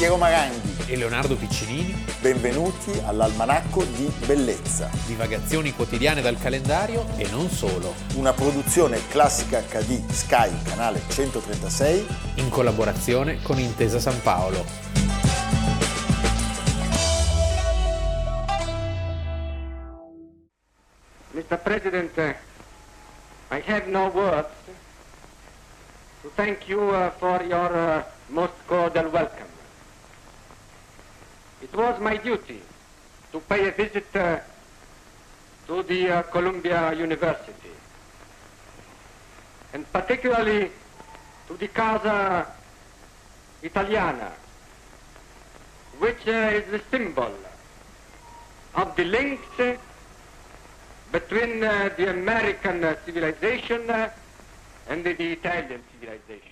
Piero Maranghi e Leonardo Piccinini. Benvenuti all'Almanacco di Bellezza. Divagazioni quotidiane dal calendario e non solo. Una produzione Classica HD Sky, canale 136. In collaborazione con Intesa San Paolo. Mr. President, I have no words to thank you for your most cordial welcome. It was my duty to pay a visit to the Columbia University, and particularly to the Casa Italiana, which is the symbol of the links between the American civilization and the Italian civilization.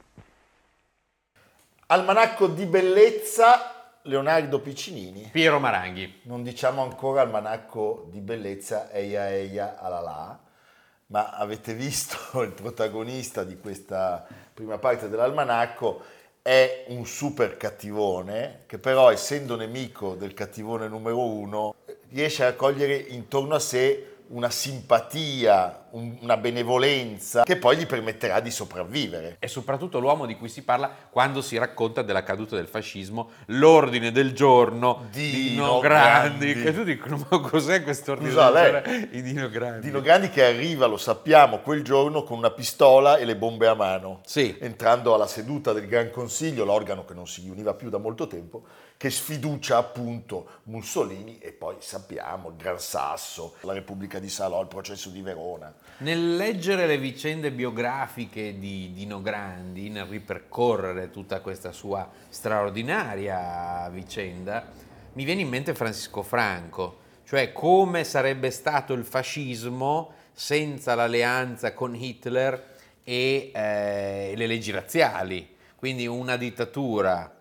Almanacco di Bellezza, Leonardo Piccinini. Piero Maranghi. Non diciamo ancora Almanacco di Bellezza, eia eia alala, ma avete visto il protagonista di questa prima parte dell'Almanacco è un super cattivone che però, essendo nemico del cattivone numero uno, riesce a raccogliere intorno a sé una simpatia, una benevolenza che poi gli permetterà di sopravvivere. È soprattutto l'uomo di cui si parla quando si racconta della caduta del fascismo, l'ordine del giorno di Dino Grandi. Che tu dicono, ma cos'è quest'ordine del giorno di Dino Grandi? Dino Grandi che arriva, lo sappiamo, quel giorno con una pistola e le bombe a mano, sì, entrando alla seduta del Gran Consiglio, l'organo che non si riuniva più da molto tempo, che sfiducia appunto Mussolini e poi sappiamo il Gran Sasso, la Repubblica di Salò, il processo di Verona. Nel leggere le vicende biografiche di Dino Grandi, nel ripercorrere tutta questa sua straordinaria vicenda, mi viene in mente Francisco Franco, cioè come sarebbe stato il fascismo senza l'alleanza con Hitler e le leggi razziali, quindi una dittatura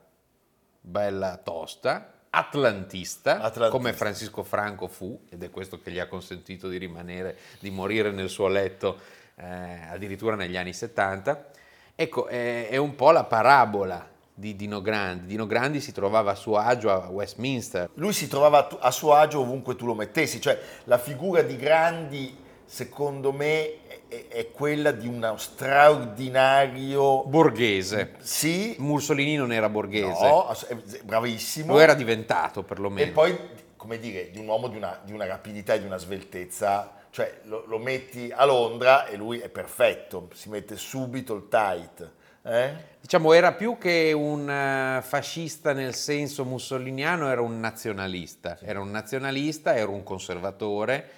bella tosta, atlantista, come Francisco Franco fu, ed è questo che gli ha consentito di rimanere, di morire nel suo letto addirittura negli anni 70. Ecco, è un po' la parabola di Dino Grandi. Dino Grandi si trovava a suo agio a Westminster. Lui si trovava a suo agio ovunque tu lo mettessi, cioè la figura di Grandi, secondo me, è quella di uno straordinario borghese. Sì. Mussolini non era borghese. No, bravissimo. Lo era diventato perlomeno. E poi, come dire, di un uomo di una rapidità e di una sveltezza, cioè lo metti a Londra e lui è perfetto, si mette subito il tight. Diciamo, era più che un fascista nel senso mussoliniano, era un nazionalista. Sì. Era un conservatore.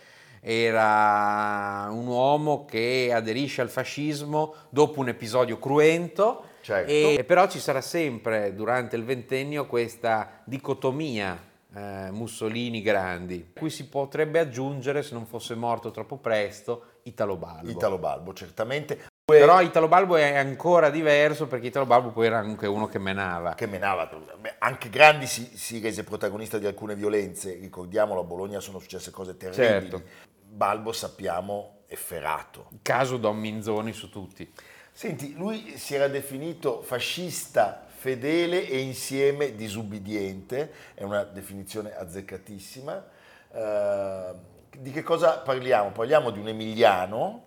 Era un uomo che aderisce al fascismo dopo un episodio cruento, certo. E però ci sarà sempre durante il ventennio questa dicotomia Mussolini-Grandi, cui si potrebbe aggiungere, se non fosse morto troppo presto, Italo Balbo. Italo Balbo, certamente. Però Italo Balbo è ancora diverso, perché Italo Balbo poi era anche uno che menava. Anche Grandi si rese protagonista di alcune violenze, ricordiamolo, a Bologna sono successe cose terribili. Certo. Balbo, sappiamo, è ferato. Il caso Don Minzoni su tutti. Senti, lui si era definito fascista, fedele e insieme disubbidiente, è una definizione azzeccatissima. Di che cosa parliamo? Parliamo di un emiliano,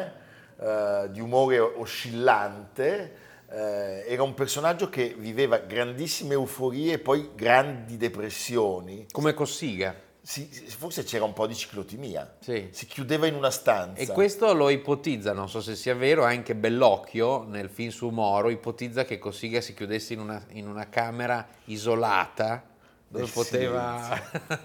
di umore oscillante, era un personaggio che viveva grandissime euforie e poi grandi depressioni. Come Cossiga. Forse c'era un po' di ciclotimia, sì. Si chiudeva in una stanza. E questo lo ipotizza, non so se sia vero, anche Bellocchio nel film su Moro ipotizza che Cossiga si chiudesse in una camera isolata dove poteva...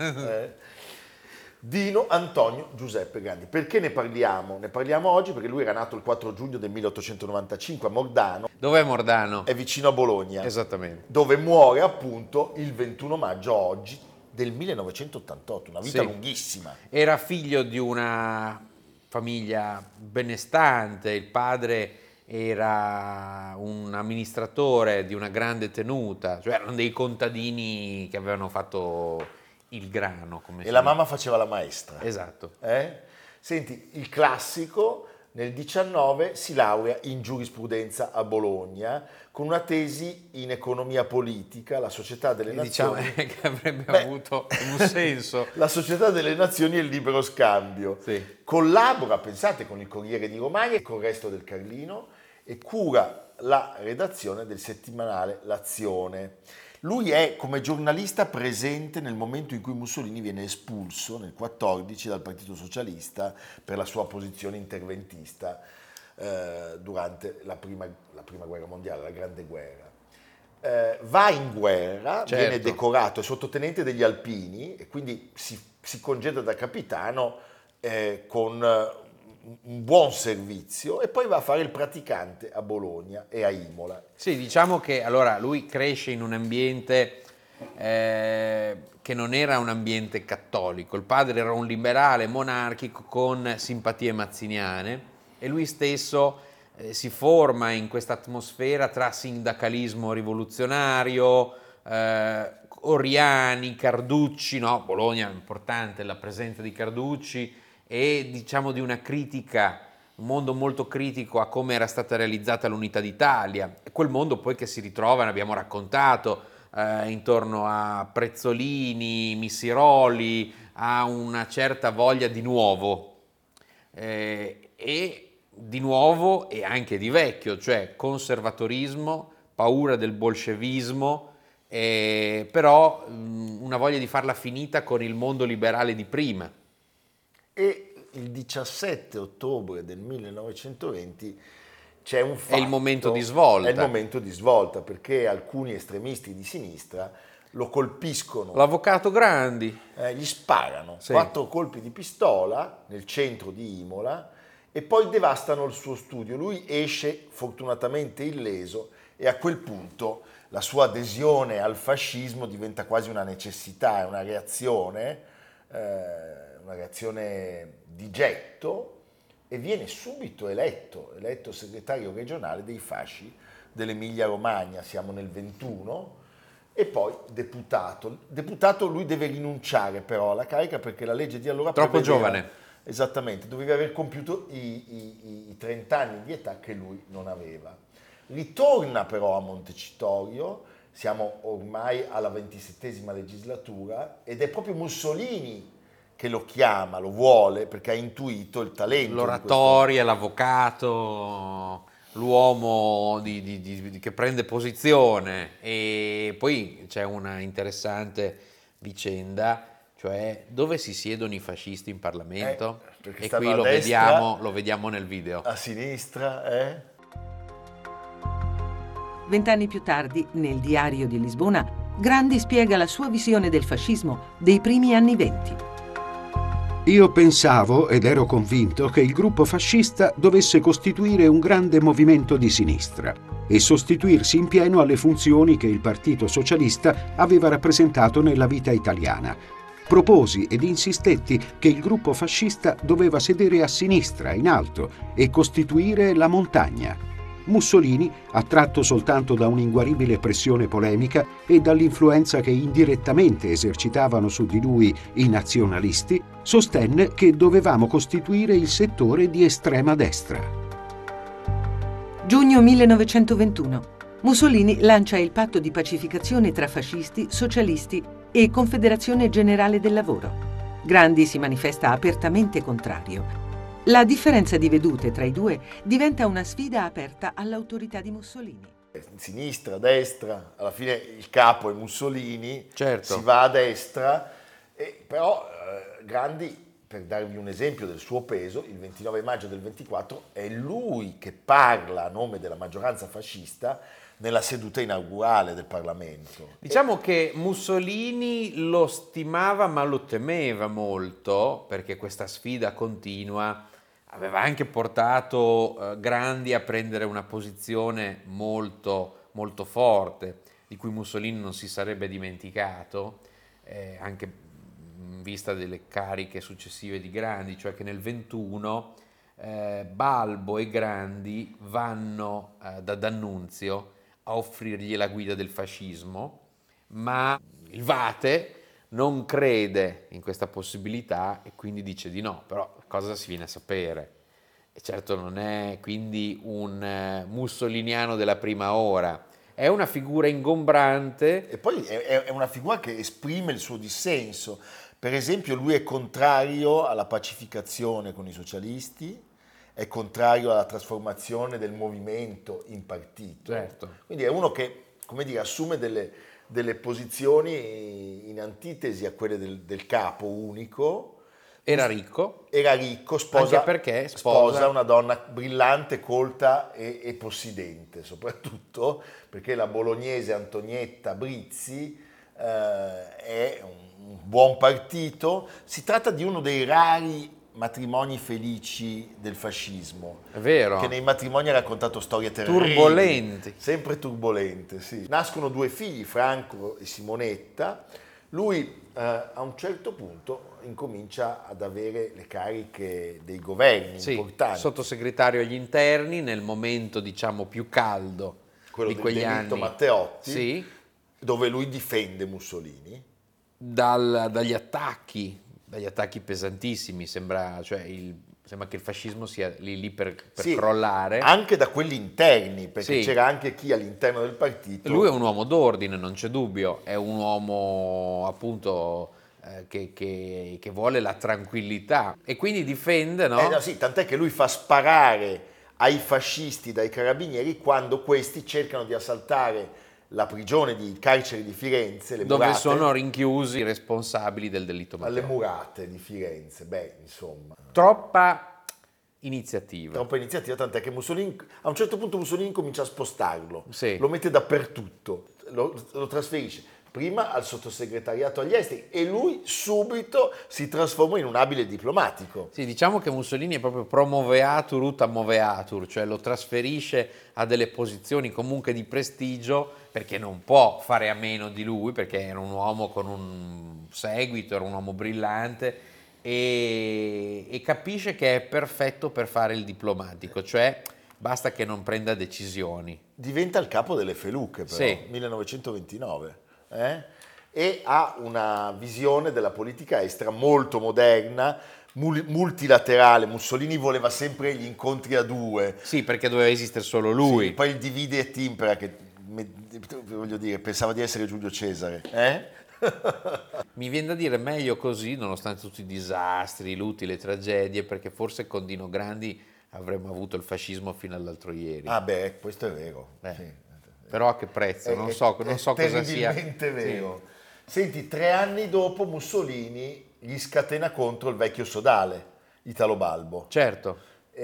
Dino Antonio Giuseppe Grandi. Perché ne parliamo? Ne parliamo oggi perché lui era nato il 4 giugno del 1895 a Mordano. Dov'è Mordano? È vicino a Bologna. Esattamente. Dove muore appunto il 21 maggio oggi del 1988, una vita lunghissima. Era figlio di una famiglia benestante, il padre era un amministratore di una grande tenuta, cioè erano dei contadini che avevano fatto il grano. Come e la mamma faceva la maestra. Esatto. Senti, il classico, nel 19 si laurea in giurisprudenza a Bologna con una tesi in economia politica, la Società delle Diciamo Nazioni. che avrebbe avuto un senso. La Società delle Nazioni e il libero scambio. Sì. Collabora, pensate, con il Corriere di Romagna e con il Resto del Carlino e cura la redazione del settimanale L'Azione. Lui è come giornalista presente nel momento in cui Mussolini viene espulso nel 14 dal Partito Socialista per la sua posizione interventista durante la prima guerra mondiale, la Grande Guerra. Va in guerra, Certo. viene decorato, è sottotenente degli Alpini e quindi si congeda da capitano con un buon servizio e poi va a fare il praticante a Bologna e a Imola. Sì, diciamo che allora lui cresce in un ambiente che non era un ambiente cattolico. Il padre era un liberale monarchico con simpatie mazziniane e lui stesso si forma in questa atmosfera tra sindacalismo rivoluzionario, Oriani, Carducci, no? Bologna è importante la presenza di Carducci e diciamo di una critica, un mondo molto critico a come era stata realizzata l'unità d'Italia, quel mondo poi che si ritrova, ne abbiamo raccontato, intorno a Prezzolini, Missiroli, a una certa voglia di nuovo, e di nuovo e anche di vecchio, cioè conservatorismo, paura del bolscevismo, però una voglia di farla finita con il mondo liberale di prima. E il 17 ottobre del 1920 c'è un fatto. È il momento di svolta. È il momento di svolta perché alcuni estremisti di sinistra lo colpiscono. L'avvocato Grandi. Gli sparano Sì. 4 colpi di pistola nel centro di Imola e poi devastano il suo studio. Lui esce fortunatamente illeso e a quel punto la sua adesione al fascismo diventa quasi una necessità, è una reazione di getto e viene subito eletto segretario regionale dei fasci dell'Emilia Romagna, siamo nel 21, e poi deputato. Deputato lui deve rinunciare però alla carica perché la legge di allora Troppo prevedeva, giovane. Esattamente, doveva aver compiuto i 30 anni di età che lui non aveva. Ritorna però a Montecitorio, siamo ormai alla 27esima legislatura ed è proprio Mussolini che lo chiama, lo vuole perché ha intuito il talento. L'oratoria, l'avvocato, l'uomo che prende posizione. E poi c'è una interessante vicenda, cioè dove si siedono i fascisti in Parlamento? Perché E stanno qui a lo destra, vediamo nel video. a sinistra, 20 anni più tardi, nel Diario di Lisbona, Grandi spiega la sua visione del fascismo dei primi anni '20. Io pensavo ed ero convinto che il gruppo fascista dovesse costituire un grande movimento di sinistra e sostituirsi in pieno alle funzioni che il Partito Socialista aveva rappresentato nella vita italiana. Proposi ed insistetti che il gruppo fascista doveva sedere a sinistra, in alto, e costituire la montagna. Mussolini, attratto soltanto da un'inguaribile pressione polemica e dall'influenza che indirettamente esercitavano su di lui i nazionalisti, sostenne che dovevamo costituire il settore di estrema destra. Giugno 1921. Mussolini lancia il patto di pacificazione tra fascisti, socialisti e Confederazione Generale del Lavoro. Grandi si manifesta apertamente contrario. La differenza di vedute tra i due diventa una sfida aperta all'autorità di Mussolini. Sinistra, destra, alla fine il capo è Mussolini, Certo. Si va a destra, però Grandi, per darvi un esempio del suo peso, il 29 maggio del 24 è lui che parla a nome della maggioranza fascista nella seduta inaugurale del Parlamento. Diciamo che Mussolini lo stimava ma lo temeva molto perché questa sfida continua aveva anche portato Grandi a prendere una posizione molto, molto forte, di cui Mussolini non si sarebbe dimenticato, anche in vista delle cariche successive di Grandi, cioè che nel 21 Balbo e Grandi vanno da D'Annunzio a offrirgli la guida del fascismo, ma il Vate non crede in questa possibilità e quindi dice di no, però cosa si viene a sapere? E certo non è quindi un mussoliniano della prima ora, è una figura ingombrante. E poi è una figura che esprime il suo dissenso. Per esempio, lui è contrario alla pacificazione con i socialisti, è contrario alla trasformazione del movimento in partito. Certo. Quindi è uno che, come dire, assume delle posizioni in antitesi a quelle del capo unico. Era ricco, Sposa, anche perché sposa una donna brillante, colta e possidente, soprattutto perché la bolognese Antonietta Brizzi è un buon partito. Si tratta di uno dei rari matrimoni felici del fascismo. è vero, Che nei matrimoni ha raccontato storie terribili. turbolenti. Sempre turbolente, sì. Nascono 2 figli, Franco e Simonetta. Lui a un certo punto incomincia ad avere le cariche dei governi Sì, importanti. sottosegretario agli interni nel momento diciamo più caldo Quello di del quegli delitto anni. Matteotti, Sì, dove lui difende Mussolini. dagli attacchi pesantissimi, sembra che il fascismo sia lì per Sì, crollare. Anche da quelli interni, perché Sì. c'era anche chi all'interno del partito... Lui è un uomo d'ordine, non c'è dubbio, è un uomo appunto che vuole la tranquillità e quindi difende, no? no, sì, tant'è che lui fa sparare ai fascisti dai carabinieri quando questi cercano di assaltare la prigione di carcere di Firenze, le Dove Murate, sono rinchiusi i responsabili del delitto alle Matteotti. Murate di Firenze. Beh, insomma, Troppa iniziativa. troppa iniziativa, tant'è che a un certo punto Mussolini comincia a spostarlo, Sì. lo mette dappertutto, lo trasferisce prima al sottosegretariato agli esteri e lui subito si trasforma in un abile diplomatico. Sì, diciamo che Mussolini è proprio promoveatur ut amoveatur, cioè lo trasferisce a delle posizioni comunque di prestigio perché non può fare a meno di lui, perché era un uomo con un seguito, era un uomo brillante e capisce che è perfetto per fare il diplomatico, cioè basta che non prenda decisioni. Diventa il capo delle feluche, però, Sì. 1929, e ha una visione della politica estera molto moderna, multilaterale. Mussolini voleva sempre gli incontri a 2. Sì, perché doveva esistere solo lui. Sì, poi il divide et impera, che voglio dire, pensava di essere Giulio Cesare. Mi viene da dire meglio così, nonostante tutti i disastri, i lutti, le tragedie, perché forse con Dino Grandi avremmo avuto il fascismo fino all'altro ieri. Ah beh, questo è vero. Sì. Però a che prezzo? Non so cosa sia. Terribilmente vero. Senti, 3 anni dopo Mussolini gli scatena contro il vecchio sodale, Italo Balbo. Certo,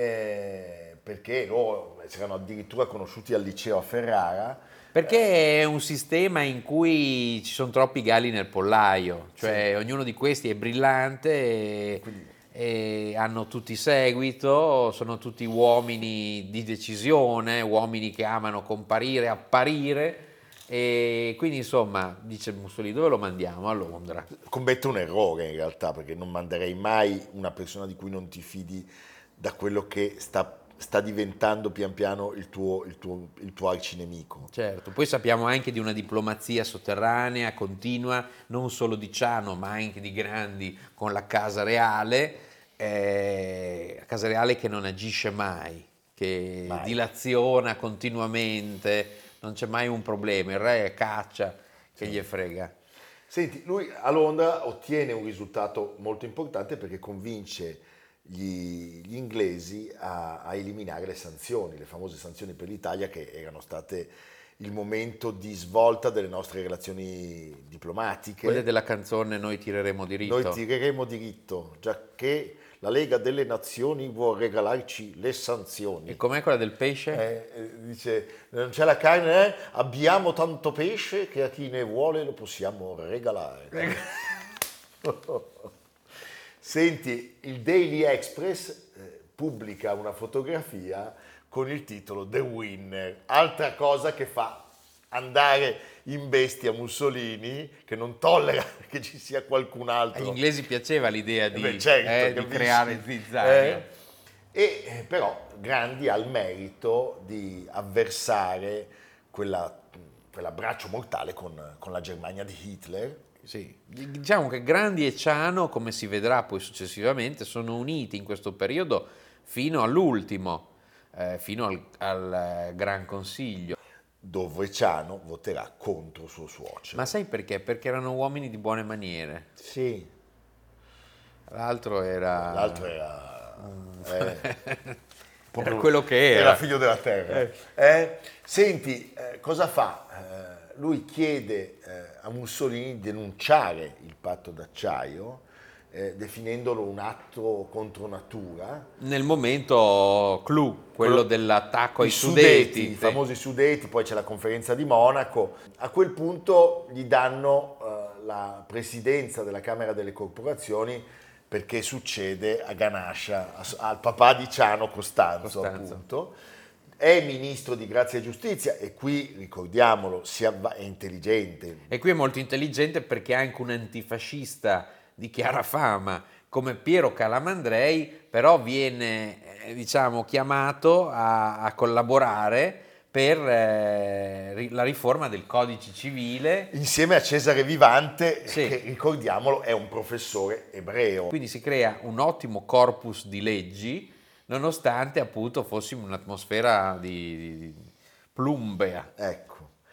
Perché loro si erano addirittura conosciuti al liceo a Ferrara. perché è un sistema in cui ci sono troppi galli nel pollaio, cioè ognuno di questi è brillante e hanno tutti seguito, sono tutti uomini di decisione, uomini che amano comparire, apparire. E quindi insomma, dice Mussolini, dove lo mandiamo? A Londra. Commette un errore in realtà, perché non manderei mai una persona di cui non ti fidi da quello che sta diventando pian piano il tuo arcinemico. Certo, poi sappiamo anche di una diplomazia sotterranea, continua, non solo di Ciano, ma anche di Grandi con la Casa Reale che non agisce mai, che dilaziona continuamente, non c'è mai un problema, il re caccia, che gli frega. Senti, lui a Londra ottiene un risultato molto importante perché convince gli inglesi a eliminare le sanzioni, le famose sanzioni per l'Italia, che erano state il momento di svolta delle nostre relazioni diplomatiche. Quelle della canzone Noi tireremo diritto. Noi tireremo diritto, giacché la Lega delle Nazioni vuole regalarci le sanzioni. E com'è quella del pesce? Dice, non c'è la carne, abbiamo tanto pesce che a chi ne vuole lo possiamo regalare. Senti, il Daily Express pubblica una fotografia con il titolo The Winner, altra cosa che fa andare in bestia Mussolini, che non tollera che ci sia qualcun altro. Agli inglesi piaceva l'idea di Capisci? creare zizzania. Però Grandi ha il merito di avversare quell'abbraccio mortale con la Germania di Hitler. Sì. Diciamo che Grandi e Ciano, come si vedrà poi successivamente, sono uniti in questo periodo fino all'ultimo, fino al Gran Consiglio. Dove Ciano voterà contro suo suocero. Ma sai perché? Perché erano uomini di buone maniere. Sì. L'altro era proprio quello che era. Era figlio della terra. Senti, cosa fa? Lui chiede a Mussolini di denunciare il patto d'acciaio, definendolo un atto contro natura. Nel momento clou, quello dell'attacco ai I Sudeti. i famosi Sudeti, poi c'è la conferenza di Monaco. A quel punto gli danno la presidenza della Camera delle Corporazioni, perché succede a Ganascia, al papà di Ciano, Costanzo. Appunto. È ministro di Grazia e Giustizia e qui, ricordiamolo, è intelligente. E qui è molto intelligente perché è anche un antifascista di chiara fama, come Piero Calamandrei, però viene chiamato a collaborare per la riforma del codice civile. Insieme a Cesare Vivante, sì, che ricordiamolo è un professore ebreo. Quindi si crea un ottimo corpus di leggi, nonostante appunto fossimo in un'atmosfera di plumbea. Ecco.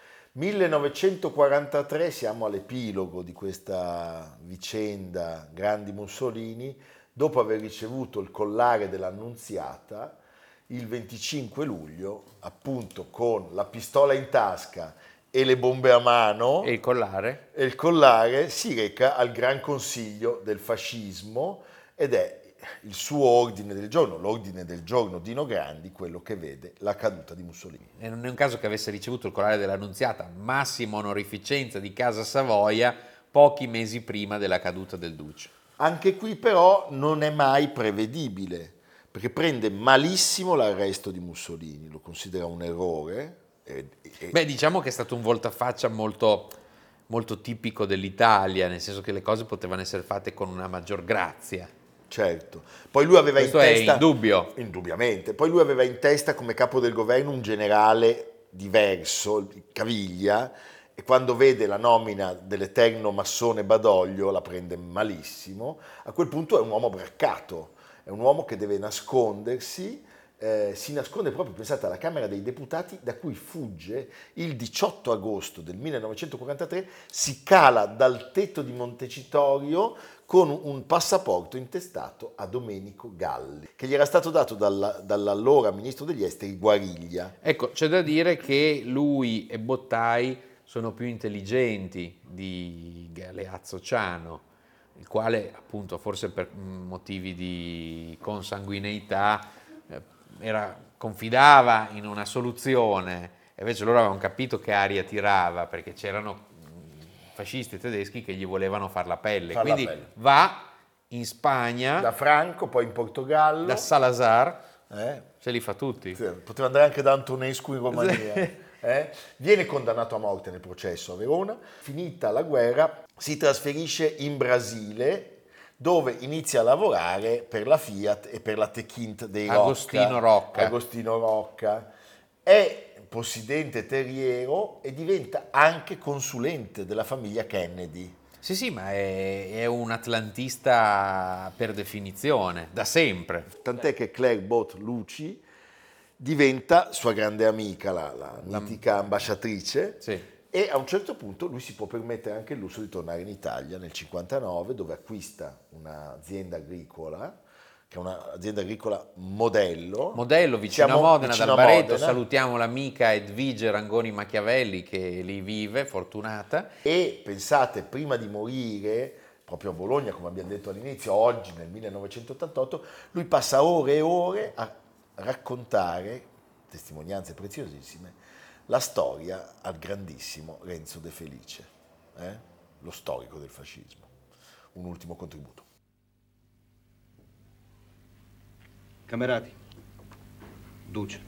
1943, siamo all'epilogo di questa vicenda Grandi Mussolini, dopo aver ricevuto il collare dell'Annunziata, il 25 luglio, appunto con la pistola in tasca e le bombe a mano e il collare, si reca al Gran Consiglio del Fascismo ed è il suo ordine del giorno, l'ordine del giorno Dino Grandi, quello che vede la caduta di Mussolini. E non è un caso che avesse ricevuto il collare dell'Annunziata, massima onorificenza di Casa Savoia, pochi mesi prima della caduta del duce. Anche qui però non è mai prevedibile, perché prende malissimo l'arresto di Mussolini, lo considera un errore. Beh, diciamo che è stato un voltafaccia molto, molto tipico dell'Italia, nel senso che le cose potevano essere fatte con una maggior grazia. Certo, poi lui aveva Questo in testa... è indubbio. Indubbiamente. Poi lui aveva in testa come capo del governo un generale diverso, Caviglia, e quando vede la nomina dell'eterno massone Badoglio la prende malissimo. A quel punto è un uomo braccato, è un uomo che deve nascondersi, si nasconde proprio, pensate, alla Camera dei Deputati, da cui fugge il 18 agosto del 1943, si cala dal tetto di Montecitorio con un passaporto intestato a Domenico Galli, che gli era stato dato dall'allora ministro degli esteri Guariglia. Ecco, c'è da dire che lui e Bottai sono più intelligenti di Galeazzo Ciano, il quale appunto forse per motivi di consanguineità confidava in una soluzione, e invece loro avevano capito che aria tirava, perché c'erano fascisti tedeschi che gli volevano far la pelle. Quindi va in Spagna, da Franco, poi in Portogallo, da Salazar, ce li fa tutti. Sì, poteva andare anche da Antonescu in Romania. Viene condannato a morte nel processo a Verona. Finita la guerra si trasferisce in Brasile, dove inizia a lavorare per la Fiat e per la Techint dei Rocca. Agostino Rocca. È possidente terriero e diventa anche consulente della famiglia Kennedy. Sì, ma è un atlantista per definizione, da sempre. Tant'è che Claire Bot Lucci diventa sua grande amica, la mitica ambasciatrice, sì. E a un certo punto lui si può permettere anche il lusso di tornare in Italia nel 1959, dove acquista un'azienda agricola, che è un'azienda agricola modello vicino a Modena, dal Baretto. Salutiamo l'amica Edvige Rangoni Machiavelli che lì vive, fortunata. E pensate, prima di morire, proprio a Bologna, come abbiamo detto all'inizio, oggi nel 1988, lui passa ore e ore a raccontare, testimonianze preziosissime, la storia al grandissimo Renzo De Felice, lo storico del fascismo. Un ultimo contributo. Camerati, Duce,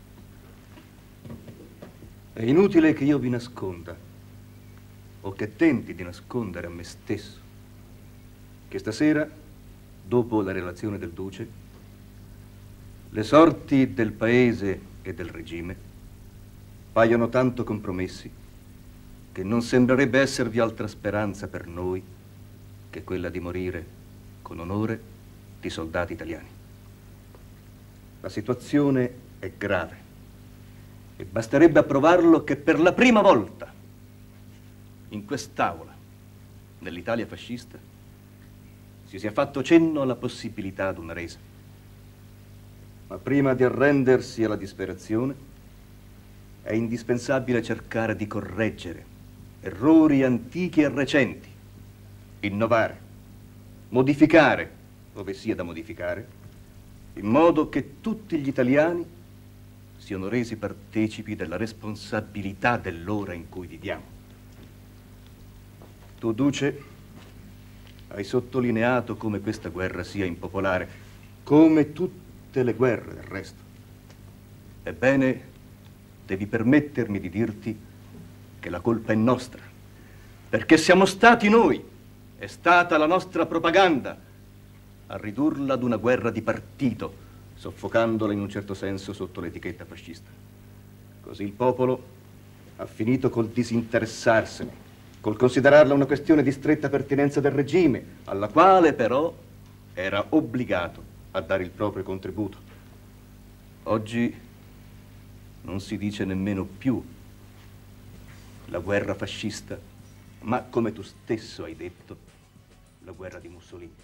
è inutile che io vi nasconda, o che tenti di nascondere a me stesso, che stasera, dopo la relazione del Duce, le sorti del paese e del regime paiono tanto compromessi che non sembrerebbe esservi altra speranza per noi che quella di morire con onore di soldati italiani. La situazione è grave e basterebbe approvarlo che per la prima volta in quest'Aula, nell'Italia fascista, si sia fatto cenno alla possibilità di una resa. Ma prima di arrendersi alla disperazione, è indispensabile cercare di correggere errori antichi e recenti, innovare, modificare, dove sia da modificare, in modo che tutti gli italiani siano resi partecipi della responsabilità dell'ora in cui viviamo. Tu, Duce, hai sottolineato come questa guerra sia impopolare, come tutte le guerre del resto. Ebbene, devi permettermi di dirti che la colpa è nostra, perché siamo stati noi, è stata la nostra propaganda a ridurla ad una guerra di partito, soffocandola in un certo senso sotto l'etichetta fascista. Così il popolo ha finito col disinteressarsene, col considerarla una questione di stretta pertinenza del regime, alla quale però era obbligato a dare il proprio contributo. Oggi non si dice nemmeno più la guerra fascista, ma come tu stesso hai detto, la guerra di Mussolini.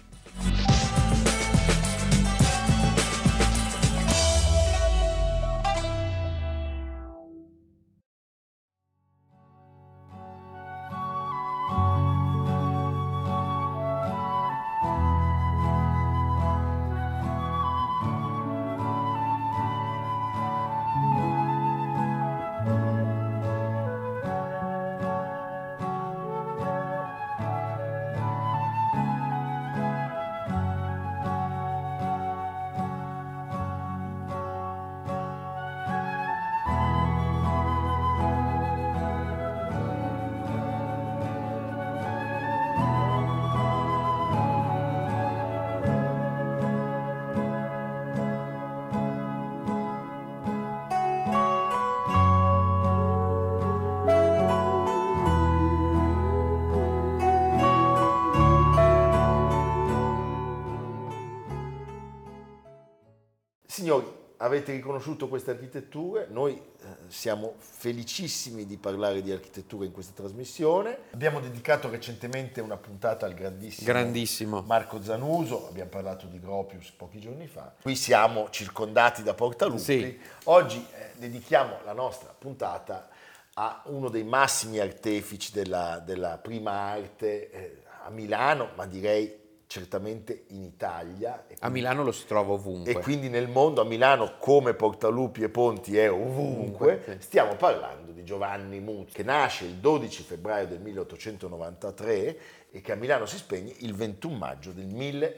Signori, avete riconosciuto queste architetture, noi siamo felicissimi di parlare di architettura in questa trasmissione. Abbiamo dedicato recentemente una puntata al grandissimo Marco Zanuso, abbiamo parlato di Gropius pochi giorni fa. Qui siamo circondati da Portaluppi. Sì. Oggi dedichiamo la nostra puntata a uno dei massimi artefici della prima arte a Milano, ma direi certamente in Italia. A Milano lo si trova ovunque. E quindi nel mondo, a Milano come Portaluppi e Ponti è ovunque. Sì. Stiamo parlando di Giovanni Muzio, che nasce il 12 febbraio del 1893 e che a Milano si spegne il 21 maggio del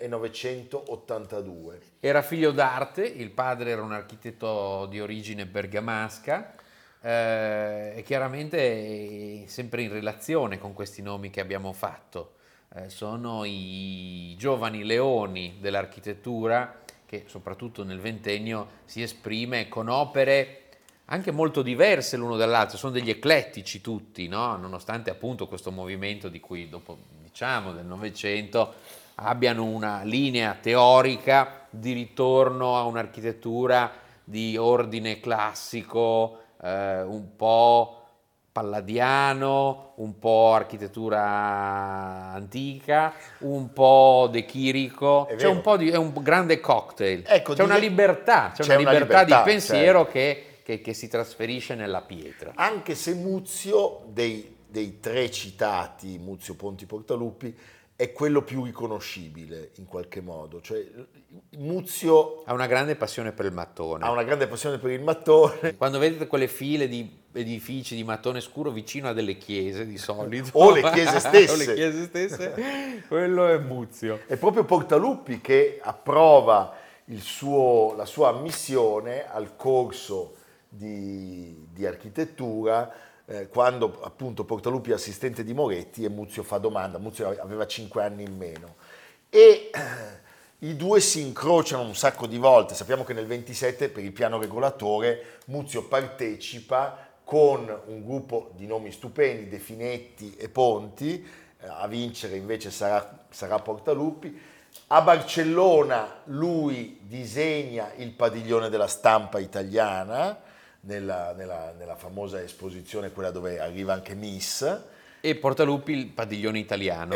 1982. Era figlio d'arte, il padre era un architetto di origine bergamasca, e chiaramente sempre in relazione con questi nomi che abbiamo fatto. Sono i giovani leoni dell'architettura che soprattutto nel ventennio si esprime con opere anche molto diverse l'uno dall'altro, sono degli eclettici tutti, no? Nonostante appunto questo movimento di cui dopo diciamo del Novecento abbiano una linea teorica di ritorno a un'architettura di ordine classico, un po' palladiano, un po' architettura antica, un po' De Chirico, c'è un po' è un grande cocktail, ecco, c'è una libertà, c'è una libertà di pensiero certo. che si trasferisce nella pietra. Anche se Muzio, dei tre citati, Muzio, Ponti, Portaluppi, è quello più riconoscibile in qualche modo, cioè Muzio ha una grande passione per il mattone. Quando vedete quelle file di edifici di mattone scuro vicino a delle chiese di solito o le chiese stesse, quello è Muzio. È proprio Portaluppi che approva la sua ammissione al corso di architettura, quando appunto Portaluppi è assistente di Moretti e Muzio fa domanda. Muzio aveva 5 anni in meno e i due si incrociano un sacco di volte. Sappiamo che nel 27 per il piano regolatore Muzio partecipa con un gruppo di nomi stupendi, De Finetti e Ponti, a vincere invece sarà Portaluppi. A Barcellona lui disegna il padiglione della stampa italiana, nella famosa esposizione, quella dove arriva anche Miss. E Portaluppi il padiglione italiano.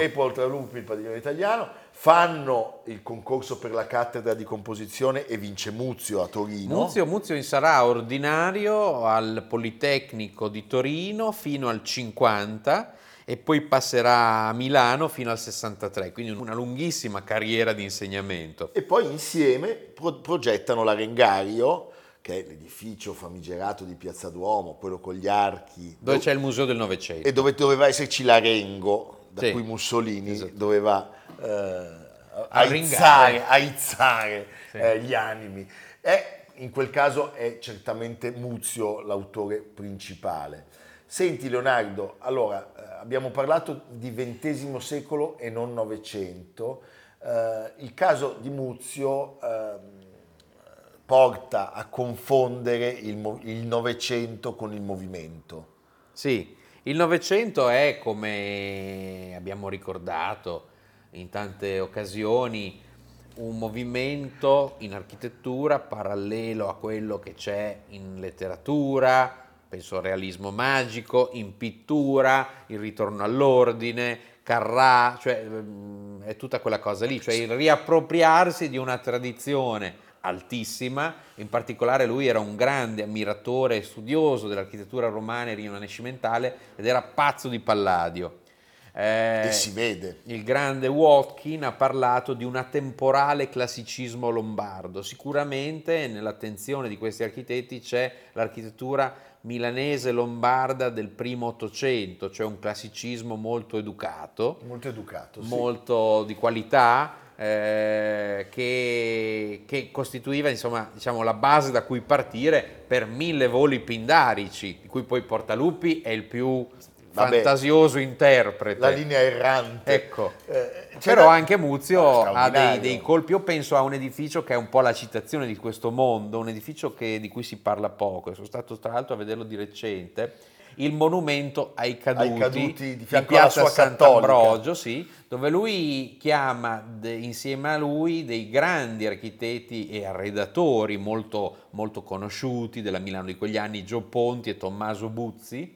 Fanno il concorso per la cattedra di composizione e vince Muzio a Torino. Muzio sarà ordinario al Politecnico di Torino fino al 50 e poi passerà a Milano fino al 63, quindi una lunghissima carriera di insegnamento. E poi insieme progettano l'Arengario, che è l'edificio famigerato di Piazza Duomo, quello con gli archi. Dove c'è il Museo del Novecento. E dove doveva esserci l'Arengo, da Sì, cui Mussolini esatto, doveva Arringare. aizzare Sì. Gli animi. E in quel caso è certamente Muzio l'autore principale. Senti Leonardo, allora abbiamo parlato di XX secolo e non Novecento. Il caso di Muzio porta a confondere il Novecento con il movimento. Sì, il Novecento è, come abbiamo ricordato in tante occasioni, un movimento in architettura parallelo a quello che c'è in letteratura, penso al realismo magico, in pittura, il ritorno all'ordine, Carrà, cioè è tutta quella cosa lì, cioè il riappropriarsi di una tradizione altissima. In particolare lui era un grande ammiratore e studioso dell'architettura romana e rinascimentale ed era pazzo di Palladio. E si vede. Il grande Watkin ha parlato di un atemporale classicismo lombardo. Sicuramente nell'attenzione di questi architetti c'è l'architettura milanese lombarda del primo Ottocento, cioè un classicismo molto educato, Sì. molto di qualità, che costituiva insomma, diciamo, la base da cui partire per 1000 voli pindarici, di cui poi Portaluppi è il più fantasioso interprete. La linea errante. Ecco. Però anche Muzio ha dei colpi. Io penso a un edificio che è un po' la citazione di questo mondo, un edificio di cui si parla poco, e sono stato tra l'altro a vederlo di recente, il monumento ai caduti di fianco piazza alla sua Sant'Ambrogio, sì, dove lui chiama insieme a lui dei grandi architetti e arredatori molto, molto conosciuti della Milano di quegli anni, Gio Ponti e Tommaso Buzzi,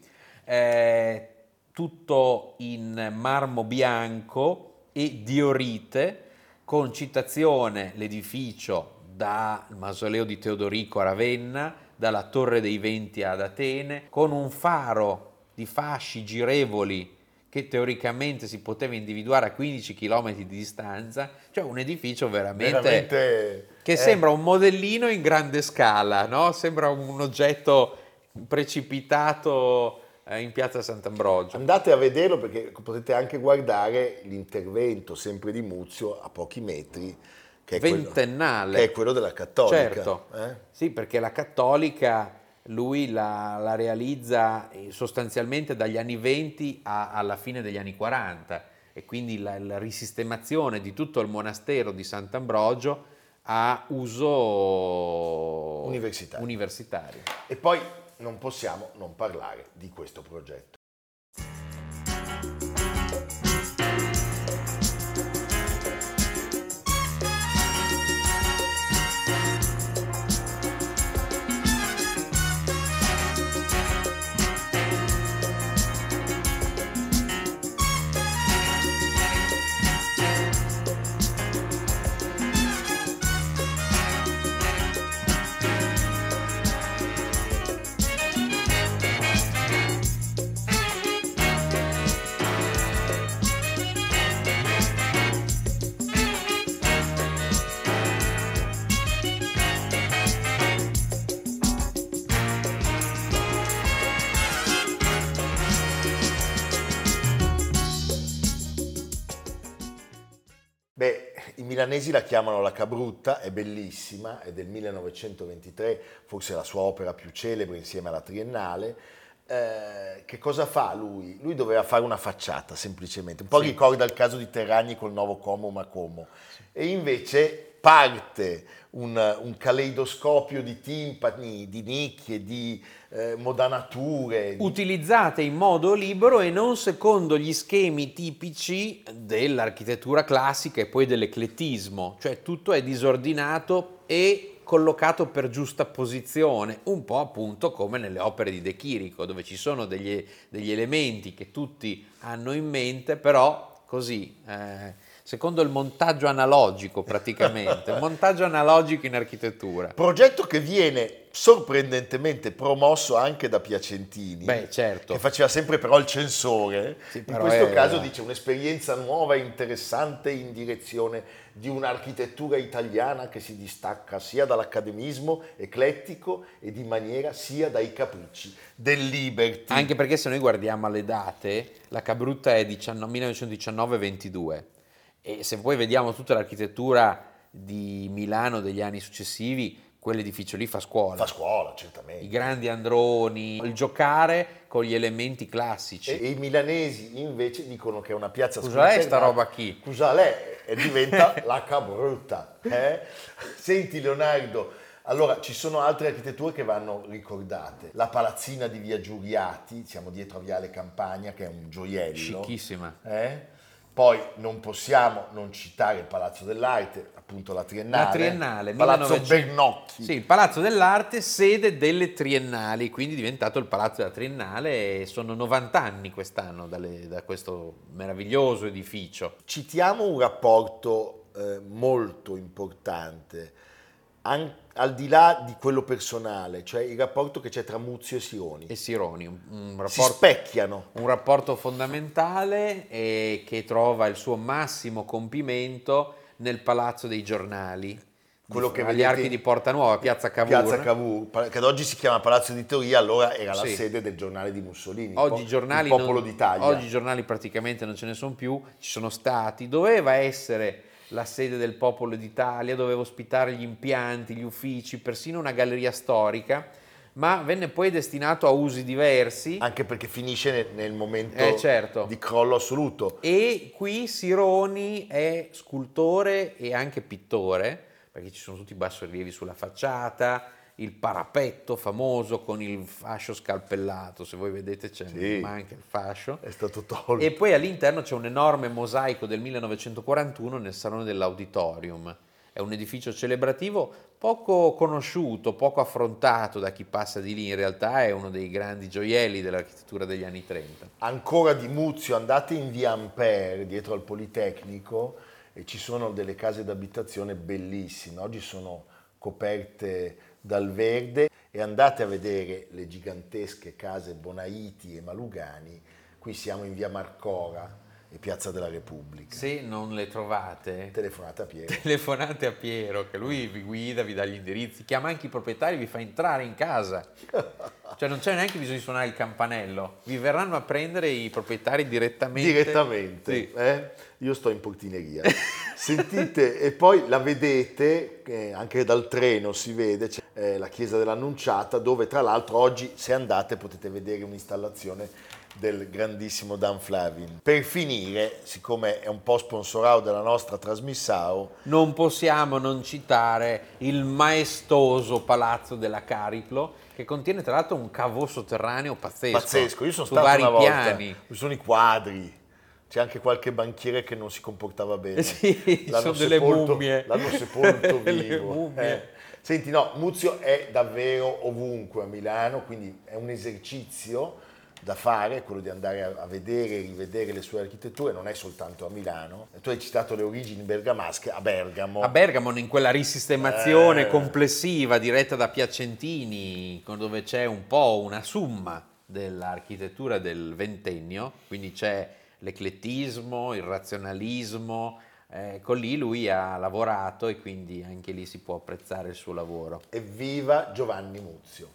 tutto in marmo bianco e diorite, con citazione l'edificio dal mausoleo di Teodorico a Ravenna, dalla Torre dei Venti ad Atene, con un faro di fasci girevoli che teoricamente si poteva individuare a 15 km di distanza, cioè un edificio veramente che sembra un modellino in grande scala, no? Sembra un oggetto precipitato in piazza Sant'Ambrogio. Andate a vederlo perché potete anche guardare l'intervento sempre di Muzio a pochi metri, che è ventennale, che è quello della Cattolica. Certo, sì, perché la Cattolica lui la realizza sostanzialmente dagli anni 20 alla fine degli anni 40, e quindi la risistemazione di tutto il monastero di Sant'Ambrogio a uso universitario. E poi non possiamo non parlare di questo progetto. I milanesi la chiamano La Cabrutta, è bellissima, è del 1923, forse la sua opera più celebre insieme alla Triennale. Che cosa fa lui? Lui doveva fare una facciata semplicemente, un po' ricorda il caso di Terragni col Nuovo Como Macomo, e invece parte un caleidoscopio di timpani, di nicchie, di modanature. Utilizzate in modo libero e non secondo gli schemi tipici dell'architettura classica e poi dell'eclettismo, cioè tutto è disordinato e collocato per giusta posizione, un po' appunto come nelle opere di De Chirico, dove ci sono degli elementi che tutti hanno in mente, però così, secondo il montaggio analogico praticamente, un montaggio analogico in architettura. Progetto che viene sorprendentemente promosso anche da Piacentini, Beh, certo. che faceva sempre però il censore. Sì, in però questo caso dice un'esperienza nuova e interessante in direzione di un'architettura italiana che si distacca sia dall'accademismo eclettico e di maniera sia dai capricci del Liberty. Anche perché se noi guardiamo alle date, la Cabrutta è 1919-22 e se poi vediamo tutta l'architettura di Milano degli anni successivi, quell'edificio lì fa scuola. Fa scuola, certamente. I grandi androni, il giocare con gli elementi classici. E i milanesi invece dicono che è una piazza Cos'è sta squinternata. roba qui? Cos'è? E diventa la Cabrutta. Senti Leonardo, allora ci sono altre architetture che vanno ricordate. La palazzina di via Giuriati, siamo dietro a Viale Campagna, che è un gioiello. Scicchissima. Poi non possiamo non citare il Palazzo dell'Arte, appunto la Triennale. La Triennale, Palazzo 1900 Bernocchi. Sì, il Palazzo dell'Arte, sede delle Triennali, quindi è diventato il Palazzo della Triennale e sono 90 anni quest'anno da questo meraviglioso edificio. Citiamo un rapporto molto importante, al di là di quello personale, cioè il rapporto che c'è tra Muzio e Sironi. E Sironi, un Si rapporto, specchiano. un rapporto fondamentale e che trova il suo massimo compimento nel Palazzo dei Giornali, Quello che agli vedete archi di Porta Nuova, Piazza Cavour. Piazza Cavour, che ad oggi si chiama Palazzo Editoria, allora era la Sì. sede del giornale di Mussolini, Oggi il giornali Popolo d'Italia. Oggi i giornali praticamente non ce ne sono più, ci sono stati, doveva essere la sede del Popolo d'Italia, doveva ospitare gli impianti, gli uffici, persino una galleria storica, ma venne poi destinato a usi diversi. Anche perché finisce nel momento Certo. di crollo assoluto. E qui Sironi è scultore e anche pittore, perché ci sono tutti i bassorilievi sulla facciata, il parapetto famoso con il fascio scalpellato, se voi vedete c'è Sì. manca il fascio. È stato tolto. E poi all'interno c'è un enorme mosaico del 1941 nel Salone dell'Auditorium. È un edificio celebrativo poco conosciuto, poco affrontato da chi passa di lì, in realtà è uno dei grandi gioielli dell'architettura degli anni 30. Ancora di Muzio, andate in via Ampere, dietro al Politecnico, e ci sono delle case d'abitazione bellissime. Oggi sono coperte dal verde e andate a vedere le gigantesche case Bonaiti e Malugani. Qui siamo in via Marcora e Piazza della Repubblica. Se non le trovate, Telefonate a Piero. telefonate a Piero, che lui vi guida, vi dà gli indirizzi, chiama anche i proprietari, vi fa entrare in casa. Cioè non c'è neanche bisogno di suonare il campanello, vi verranno a prendere i proprietari direttamente. Direttamente, Sì. Io sto in portineria. Sentite, e poi la vedete, anche dal treno si vede, c'è la chiesa dell'Annunciata, dove tra l'altro oggi, se andate, potete vedere un'installazione del grandissimo Dan Flavin. Per finire, siccome è un po' sponsorato della nostra trasmissao, Non possiamo non citare il maestoso Palazzo della Cariplo, che contiene tra l'altro un cavo sotterraneo pazzesco. io sono su stato vari una volta, piani. ci sono i quadri, c'è anche qualche banchiere che non si comportava bene. Sì, sono delle mummie. L'hanno sepolto Le vivo. mummie. Senti, no, Muzio è davvero ovunque a Milano, quindi è un esercizio da fare, quello di andare a vedere e rivedere le sue architetture, non è soltanto a Milano. Tu hai citato le origini bergamasche a Bergamo. A Bergamo, in quella risistemazione complessiva diretta da Piacentini, dove c'è un po' una summa dell'architettura del ventennio, quindi c'è l'eclettismo, il razionalismo, con lì lui ha lavorato e quindi anche lì si può apprezzare il suo lavoro. Evviva Giovanni Muzio!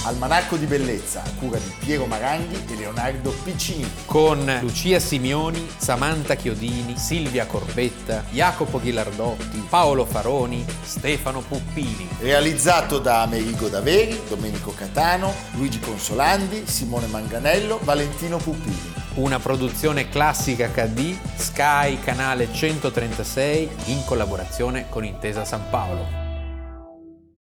Almanacco di bellezza a cura di Piero Maranghi e Leonardo Piccinini. Con Lucia Simioni, Samantha Chiodini, Silvia Corbetta, Jacopo Ghilardotti, Paolo Faroni, Stefano Puppini. Realizzato da Amerigo Daveri, Domenico Catano, Luigi Consolandi, Simone Manganello, Valentino Puppini. Una produzione Classica HD, Sky, canale 136, in collaborazione con Intesa San Paolo.